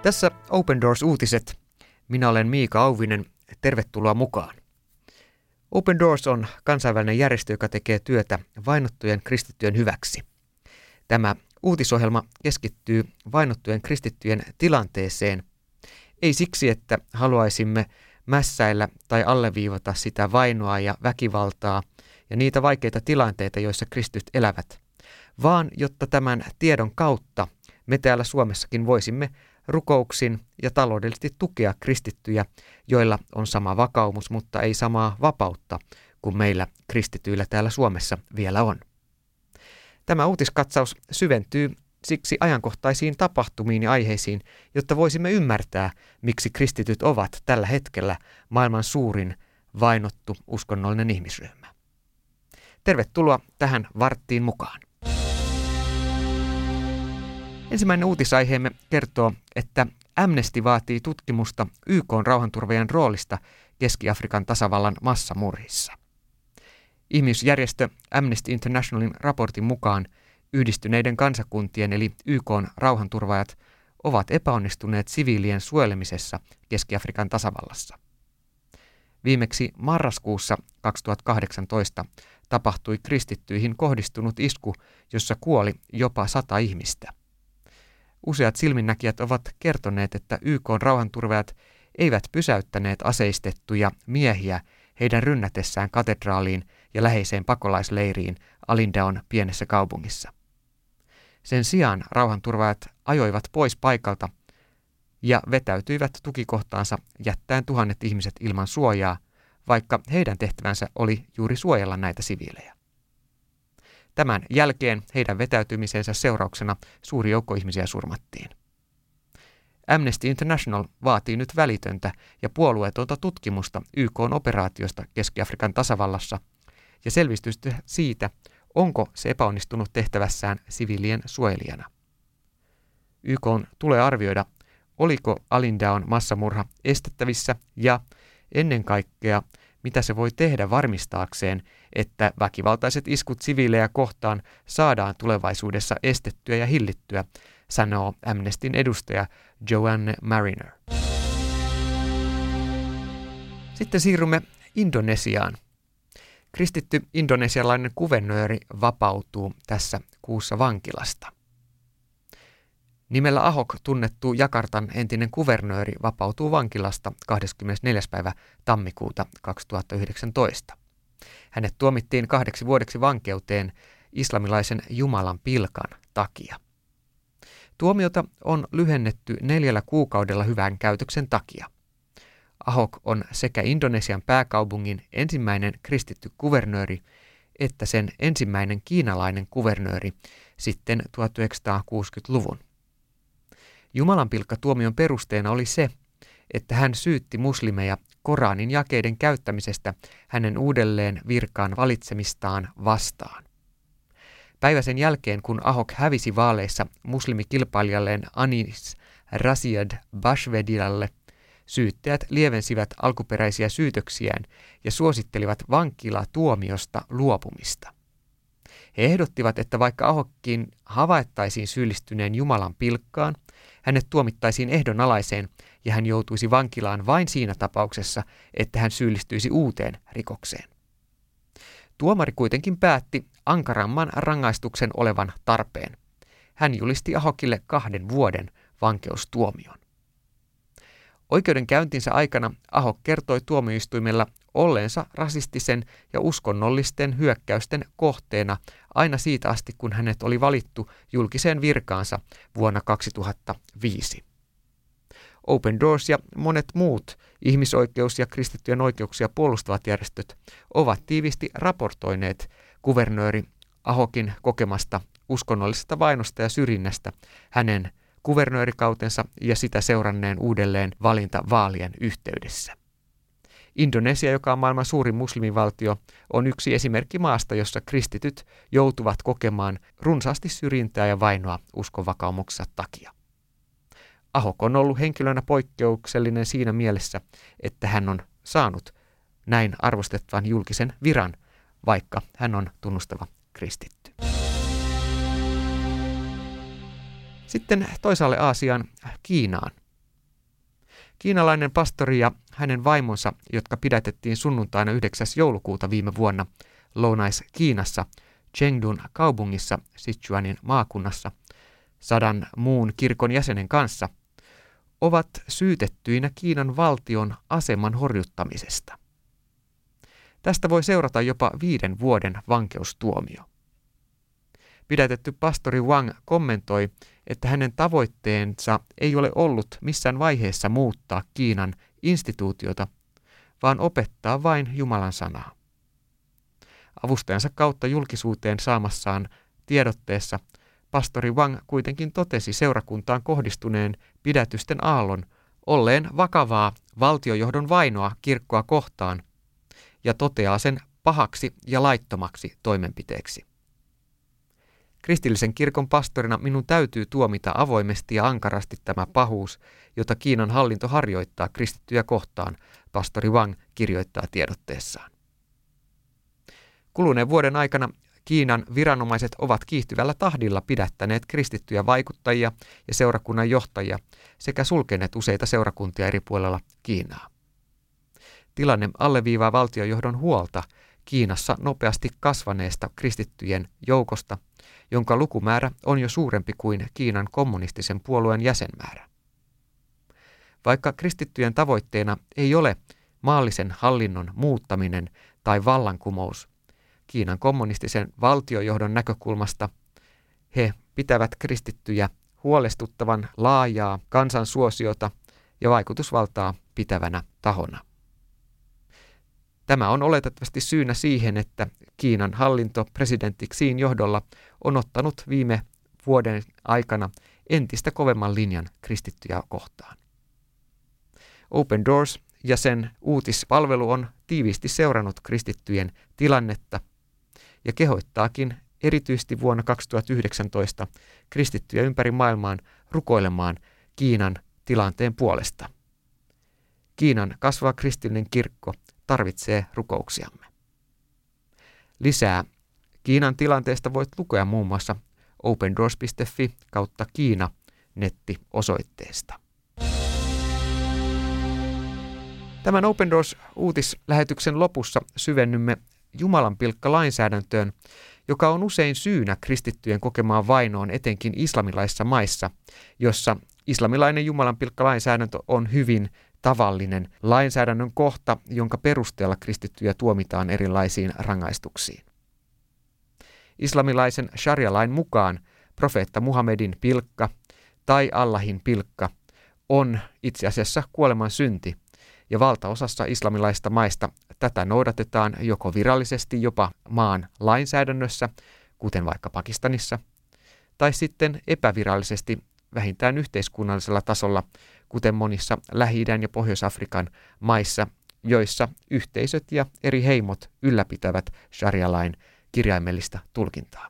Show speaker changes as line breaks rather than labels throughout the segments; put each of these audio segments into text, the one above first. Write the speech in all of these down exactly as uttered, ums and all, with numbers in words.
Tässä Open Doors-uutiset. Minä olen Miika Auvinen. Tervetuloa mukaan. Open Doors on kansainvälinen järjestö, joka tekee työtä vainottujen kristittyjen hyväksi. Tämä uutisohjelma keskittyy vainottujen kristittyjen tilanteeseen. Ei siksi, että haluaisimme mässäillä tai alleviivata sitä vainoa ja väkivaltaa ja niitä vaikeita tilanteita, joissa kristityt elävät, vaan jotta tämän tiedon kautta me täällä Suomessakin voisimme rukouksin ja taloudellisesti tukea kristittyjä, joilla on sama vakaumus, mutta ei samaa vapautta kuin meillä kristityillä täällä Suomessa vielä on. Tämä uutiskatsaus syventyy siksi ajankohtaisiin tapahtumiin ja aiheisiin, jotta voisimme ymmärtää, miksi kristityt ovat tällä hetkellä maailman suurin vainottu uskonnollinen ihmisryhmä. Tervetuloa tähän varttiin mukaan. Ensimmäinen uutisaiheemme kertoo, että Amnesty vaatii tutkimusta Y K:n rauhanturvaajien roolista Keski-Afrikan tasavallan massamurhissa. Ihmisoikeusjärjestö Amnesty Internationalin raportin mukaan Yhdistyneiden kansakuntien eli Y K:n rauhanturvaajat ovat epäonnistuneet siviilien suojelemisessa Keski-Afrikan tasavallassa. Viimeksi marraskuussa kaksituhattakahdeksantoista tapahtui kristittyihin kohdistunut isku, jossa kuoli jopa sata ihmistä. Useat silminnäkijät ovat kertoneet, että Y K:n rauhanturvaajat eivät pysäyttäneet aseistettuja miehiä heidän rynnätessään katedraaliin ja läheiseen pakolaisleiriin Alindaon pienessä kaupungissa. Sen sijaan rauhanturvaajat ajoivat pois paikalta ja vetäytyivät tukikohtaansa jättäen tuhannet ihmiset ilman suojaa, vaikka heidän tehtävänsä oli juuri suojella näitä siviilejä. Tämän jälkeen heidän vetäytymisensä seurauksena suuri joukko ihmisiä surmattiin. Amnesty International vaatii nyt välitöntä ja puolueetonta tutkimusta Y K:n operaatiosta Keski-Afrikan tasavallassa ja selvitystä siitä, onko se epäonnistunut tehtävässään siviilien suojelijana. Y K:n tulee arvioida, oliko Alindaon massamurha estettävissä ja ennen kaikkea, mitä se voi tehdä varmistaakseen, että väkivaltaiset iskut siviilejä kohtaan saadaan tulevaisuudessa estettyä ja hillittyä, sanoo Amnestyn edustaja Joanne Mariner. Sitten siirrymme Indonesiaan. Kristitty indonesialainen kuvernööri vapautuu tässä kuussa vankilasta. Nimellä Ahok tunnettu Jakartan entinen kuvernööri vapautuu vankilasta kahdeskymmenesneljäs päivä tammikuuta kaksituhattayhdeksäntoista. Hänet tuomittiin kahdeksi vuodeksi vankeuteen islamilaisen Jumalan pilkan takia. Tuomiota on lyhennetty neljällä kuukaudella hyvän käytöksen takia. Ahok on sekä Indonesian pääkaupungin ensimmäinen kristitty kuvernööri että sen ensimmäinen kiinalainen kuvernööri sitten tuhatyhdeksänsataakuusikymmentäluvun. Jumalanpilkkatuomion perusteena oli se, että hän syytti muslimeja Koranin jakeiden käyttämisestä hänen uudelleen virkaan valitsemistaan vastaan. Päivä sen jälkeen, kun Ahok hävisi vaaleissa muslimikilpailijalleen Anis Rasiad Basvedialle, syyttäjät lievensivät alkuperäisiä syytöksiään ja suosittelivat vankilatuomiosta luopumista. He ehdottivat, että vaikka Ahokkin havaittaisiin syyllistyneen Jumalan pilkkaan, hänet tuomittaisiin ehdonalaiseen ja hän joutuisi vankilaan vain siinä tapauksessa, että hän syyllistyisi uuteen rikokseen. Tuomari kuitenkin päätti ankaramman rangaistuksen olevan tarpeen. Hän julisti Ahokille kahden vuoden vankeustuomion. Oikeudenkäyntinsä aikana Ahok kertoi tuomioistuimella olleensa rasistisen ja uskonnollisten hyökkäysten kohteena aina siitä asti, kun hänet oli valittu julkiseen virkaansa vuonna kaksituhattaviisi. Open Doors ja monet muut ihmisoikeus- ja kristittyjen oikeuksia puolustavat järjestöt ovat tiivisti raportoineet kuvernööri Ahokin kokemasta uskonnollisesta vainosta ja syrjinnästä hänen kuvernöörikautensa ja sitä seuranneen uudelleen valintavaalien yhteydessä. Indonesia, joka on maailman suurin muslimivaltio, on yksi esimerkki maasta, jossa kristityt joutuvat kokemaan runsaasti syrjintää ja vainoa uskonvakaumuksensa takia. Ahok on ollut henkilönä poikkeuksellinen siinä mielessä, että hän on saanut näin arvostettavan julkisen viran, vaikka hän on tunnustava kristitty. Sitten toisaalle Aasiaan, Kiinaan. Kiinalainen pastori ja hänen vaimonsa, jotka pidätettiin sunnuntaina yhdeksäs joulukuuta viime vuonna Lounais-Kiinassa, Chengdun kaupungissa Sichuanin maakunnassa, sadan muun kirkon jäsenen kanssa, ovat syytettyinä Kiinan valtion aseman horjuttamisesta. Tästä voi seurata jopa viiden vuoden vankeustuomio. Pidätetty pastori Wang kommentoi, että hänen tavoitteensa ei ole ollut missään vaiheessa muuttaa Kiinan instituutiota, vaan opettaa vain Jumalan sanaa. Avustajansa kautta julkisuuteen saamassaan tiedotteessa pastori Wang kuitenkin totesi seurakuntaan kohdistuneen pidätysten aallon olleen vakavaa valtiojohdon vainoa kirkkoa kohtaan ja toteaa sen pahaksi ja laittomaksi toimenpiteeksi. Kristillisen kirkon pastorina minun täytyy tuomita avoimesti ja ankarasti tämä pahuus, jota Kiinan hallinto harjoittaa kristittyjä kohtaan, pastori Wang kirjoittaa tiedotteessaan. Kuluneen vuoden aikana Kiinan viranomaiset ovat kiihtyvällä tahdilla pidättäneet kristittyjä vaikuttajia ja seurakunnan johtajia sekä sulkeneet useita seurakuntia eri puolella Kiinaa. Tilanne alleviivaa valtiojohdon huolta Kiinassa nopeasti kasvaneesta kristittyjen joukosta, jonka lukumäärä on jo suurempi kuin Kiinan kommunistisen puolueen jäsenmäärä. Vaikka kristittyjen tavoitteena ei ole maallisen hallinnon muuttaminen tai vallankumous, Kiinan kommunistisen valtiojohdon näkökulmasta he pitävät kristittyjä huolestuttavan laajaa kansansuosiota ja vaikutusvaltaa pitävänä tahona. Tämä on oletettavasti syynä siihen, että Kiinan hallinto presidentti Xin johdolla on ottanut viime vuoden aikana entistä kovemman linjan kristittyjä kohtaan. Open Doors ja sen uutispalvelu on tiiviisti seurannut kristittyjen tilannetta ja kehoittaakin erityisesti vuonna kaksituhattayhdeksäntoista kristittyjä ympäri maailmaan rukoilemaan Kiinan tilanteen puolesta. Kiinan kasvava kristillinen kirkko tarvitsee rukouksiamme. Lisää Kiinan tilanteesta voit lukea muun muassa opendoors piste fi kautta Kiina nettiosoitteesta. Tämän Open Doors-uutislähetyksen lopussa syvennymme jumalanpilkka-lainsäädäntöön, joka on usein syynä kristittyjen kokemaan vainoon etenkin islamilaisissa maissa, jossa islamilainen jumalanpilkka-lainsäädäntö on hyvin tavallinen lainsäädännön kohta, jonka perusteella kristittyjä tuomitaan erilaisiin rangaistuksiin. Islamilaisen sharia-lain mukaan profeetta Muhammedin pilkka tai Allahin pilkka on itse asiassa kuoleman synti, ja valtaosassa islamilaisista maista tätä noudatetaan joko virallisesti jopa maan lainsäädännössä, kuten vaikka Pakistanissa, tai sitten epävirallisesti vähintään yhteiskunnallisella tasolla, kuten monissa Lähi-idän ja Pohjois-Afrikan maissa, joissa yhteisöt ja eri heimot ylläpitävät sharia-lain kirjaimellista tulkintaa.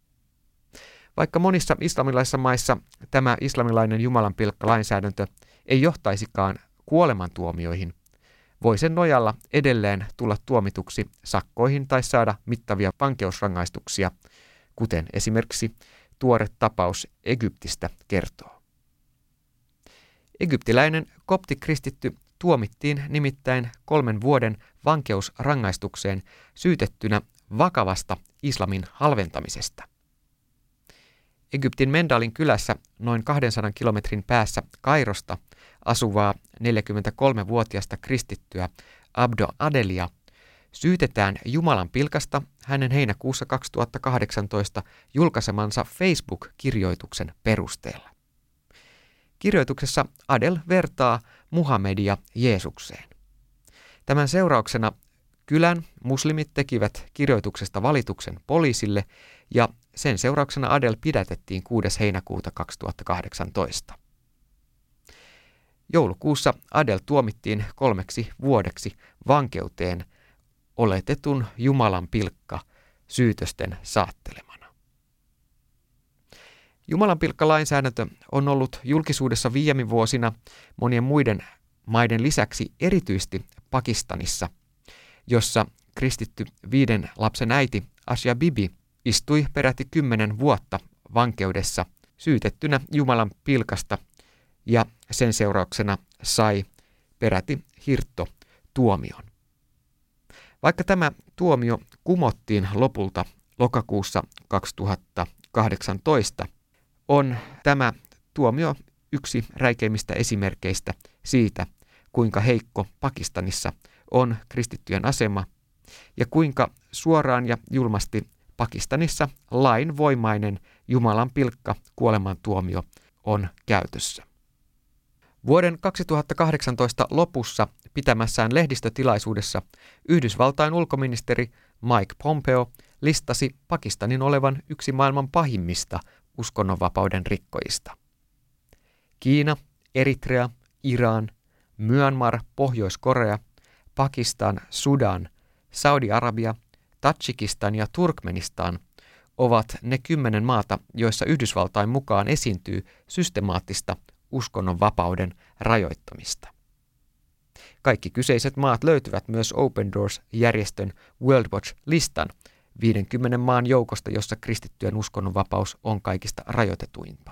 Vaikka monissa islamilaisissa maissa tämä islamilainen jumalanpilkka-lainsäädäntö ei johtaisikaan kuolemantuomioihin, voi sen nojalla edelleen tulla tuomituksi sakkoihin tai saada mittavia vankeusrangaistuksia, kuten esimerkiksi tuore tapaus Egyptistä kertoo. Egyptiläinen koptikristitty tuomittiin nimittäin kolmen vuoden vankeusrangaistukseen syytettynä vakavasta islamin halventamisesta. Egyptin Mendalin kylässä noin kahdensadan kilometrin päässä Kairosta asuvaa neljäkymmentäkolmevuotiasta kristittyä Abdo Adelia syytetään Jumalan pilkasta hänen heinäkuussa kaksituhattakahdeksantoista julkaisemansa Facebook-kirjoituksen perusteella. Kirjoituksessa Adel vertaa Muhammedia Jeesukseen. Tämän seurauksena kylän muslimit tekivät kirjoituksesta valituksen poliisille ja sen seurauksena Adel pidätettiin kuudes heinäkuuta kaksituhattakahdeksantoista. Joulukuussa Adel tuomittiin kolmeksi vuodeksi vankeuteen oletetun Jumalan pilkka syytösten saattelemana. Jumalan pilkka-lainsäädäntö on ollut julkisuudessa viime vuosina monien muiden maiden lisäksi erityisesti Pakistanissa, jossa kristitty viiden lapsen äiti Asia Bibi istui peräti kymmenen vuotta vankeudessa syytettynä Jumalan pilkasta ja sen seurauksena sai peräti hirttotuomion. Vaikka tämä tuomio kumottiin lopulta lokakuussa kaksituhattakahdeksantoista, on tämä tuomio yksi räikeimmistä esimerkkeistä siitä, kuinka heikko Pakistanissa on kristittyjen asema ja kuinka suoraan ja julmasti Pakistanissa lainvoimainen Jumalan pilkka kuolemantuomio on käytössä. Vuoden kaksituhattakahdeksantoista lopussa pitämässään lehdistötilaisuudessa Yhdysvaltain ulkoministeri Mike Pompeo listasi Pakistanin olevan yksi maailman pahimmista uskonnonvapauden rikkojista. Kiina, Eritrea, Iran, Myanmar, Pohjois-Korea, Pakistan, Sudan, Saudi-Arabia, Tadžikistan ja Turkmenistan ovat ne kymmenen maata, joissa Yhdysvaltain mukaan esiintyy systemaattista uskonnonvapauden rajoittamista. Kaikki kyseiset maat löytyvät myös Open Doors-järjestön World Watch-listan viidenkymmenen maan joukosta, jossa kristittyjen uskonnonvapaus on kaikista rajoitetuimpaa.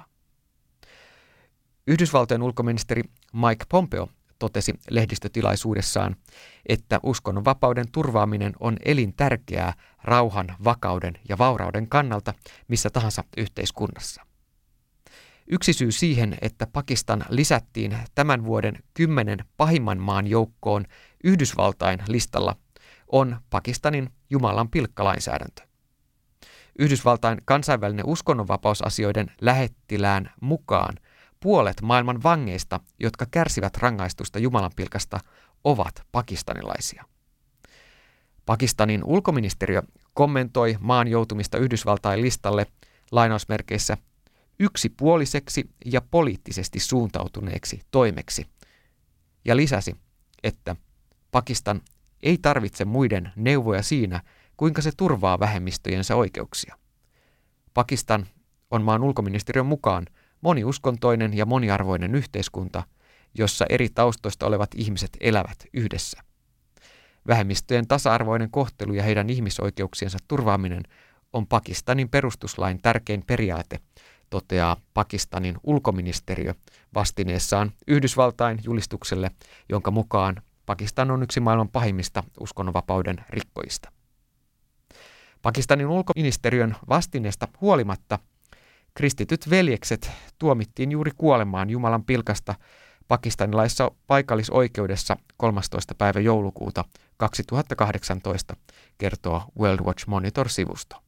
Yhdysvaltojen ulkoministeri Mike Pompeo totesi lehdistötilaisuudessaan, että uskonnonvapauden turvaaminen on elintärkeää rauhan, vakauden ja vaurauden kannalta missä tahansa yhteiskunnassa. Yksi syy siihen, että Pakistan lisättiin tämän vuoden kymmenen pahimman maan joukkoon Yhdysvaltain listalla, on Pakistanin Jumalan pilkkalainsäädäntö. Yhdysvaltain kansainvälinen uskonnonvapausasioiden lähettilään mukaan puolet maailman vangeista, jotka kärsivät rangaistusta jumalanpilkasta, ovat pakistanilaisia. Pakistanin ulkoministeriö kommentoi maan joutumista Yhdysvaltain listalle lainausmerkeissä yksipuoliseksi ja poliittisesti suuntautuneeksi toimeksi ja lisäsi, että Pakistan ei tarvitse muiden neuvoja siinä, kuinka se turvaa vähemmistöjensä oikeuksia. Pakistan on maan ulkoministeriön mukaan moniuskontoinen ja moniarvoinen yhteiskunta, jossa eri taustoista olevat ihmiset elävät yhdessä. Vähemmistöjen tasa-arvoinen kohtelu ja heidän ihmisoikeuksiensa turvaaminen on Pakistanin perustuslain tärkein periaate, toteaa Pakistanin ulkoministeriö vastineessaan Yhdysvaltain julistukselle, jonka mukaan Pakistan on yksi maailman pahimmista uskonnonvapauden rikkojista. Pakistanin ulkoministeriön vastineesta huolimatta kristityt veljekset tuomittiin juuri kuolemaan Jumalan pilkasta pakistanilaisessa paikallisoikeudessa kolmastoista päivä joulukuuta kaksituhattakahdeksantoista, kertoo World Watch Monitor-sivusto.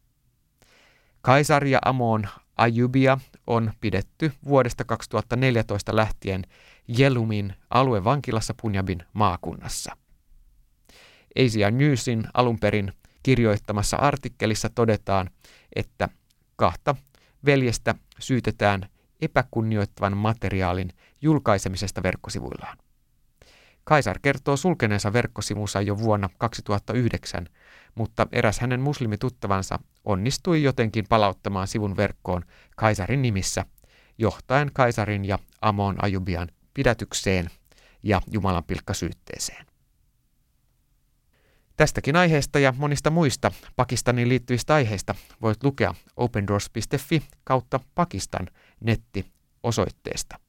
Kaisari Amon Ayyubia on pidetty vuodesta kaksituhattaneljätoista lähtien Jelumin aluevankilassa Punjabin maakunnassa. Asia Newsin alun perin kirjoittamassa artikkelissa todetaan, että kahta veljestä syytetään epäkunnioittavan materiaalin julkaisemisesta verkkosivuillaan. Kaisar kertoo sulkeneensa verkkosivunsa jo vuonna kaksituhattayhdeksän, mutta eräs hänen muslimituttavansa onnistui jotenkin palauttamaan sivun verkkoon kaisarin nimissä, johtaen kaisarin ja Amon Ayyubian pidätykseen ja jumalanpilkkasyytteeseen. Tästäkin aiheesta ja monista muista Pakistaniin liittyvistä aiheista voit lukea opendoors piste fi kautta Pakistan nettiosoitteesta.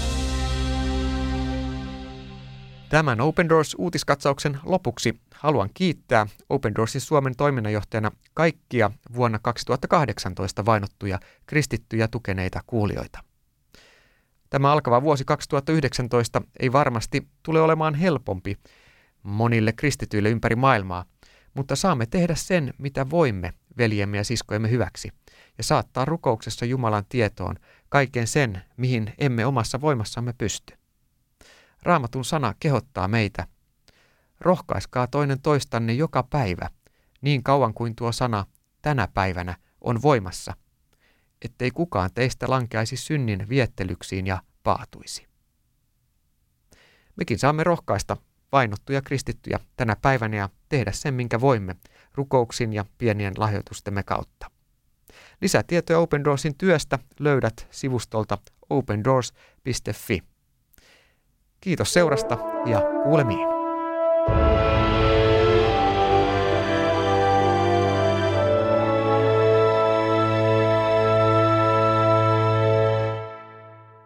Tämän Open Doors-uutiskatsauksen lopuksi haluan kiittää Open Doorsin Suomen toiminnanjohtajana kaikkia vuonna kaksituhattakahdeksantoista vainottuja kristittyjä tukeneita kuulijoita. Tämä alkava vuosi kaksituhattayhdeksäntoista ei varmasti tule olemaan helpompi monille kristityille ympäri maailmaa, mutta saamme tehdä sen, mitä voimme veljemme ja siskojemme hyväksi, ja saattaa rukouksessa Jumalan tietoon kaiken sen, mihin emme omassa voimassamme pysty. Raamatun sana kehottaa meitä. Rohkaiskaa toinen toistanne joka päivä, niin kauan kuin tuo sana tänä päivänä on voimassa, ettei kukaan teistä lankeaisi synnin viettelyksiin ja paatuisi. Mekin saamme rohkaista vainottuja kristittyjä tänä päivänä ja tehdä sen, minkä voimme, rukouksin ja pienien lahjoitustemme kautta. Lisätietoja Open Doorsin työstä löydät sivustolta opendoors piste fi. Kiitos seurasta ja kuulemiin.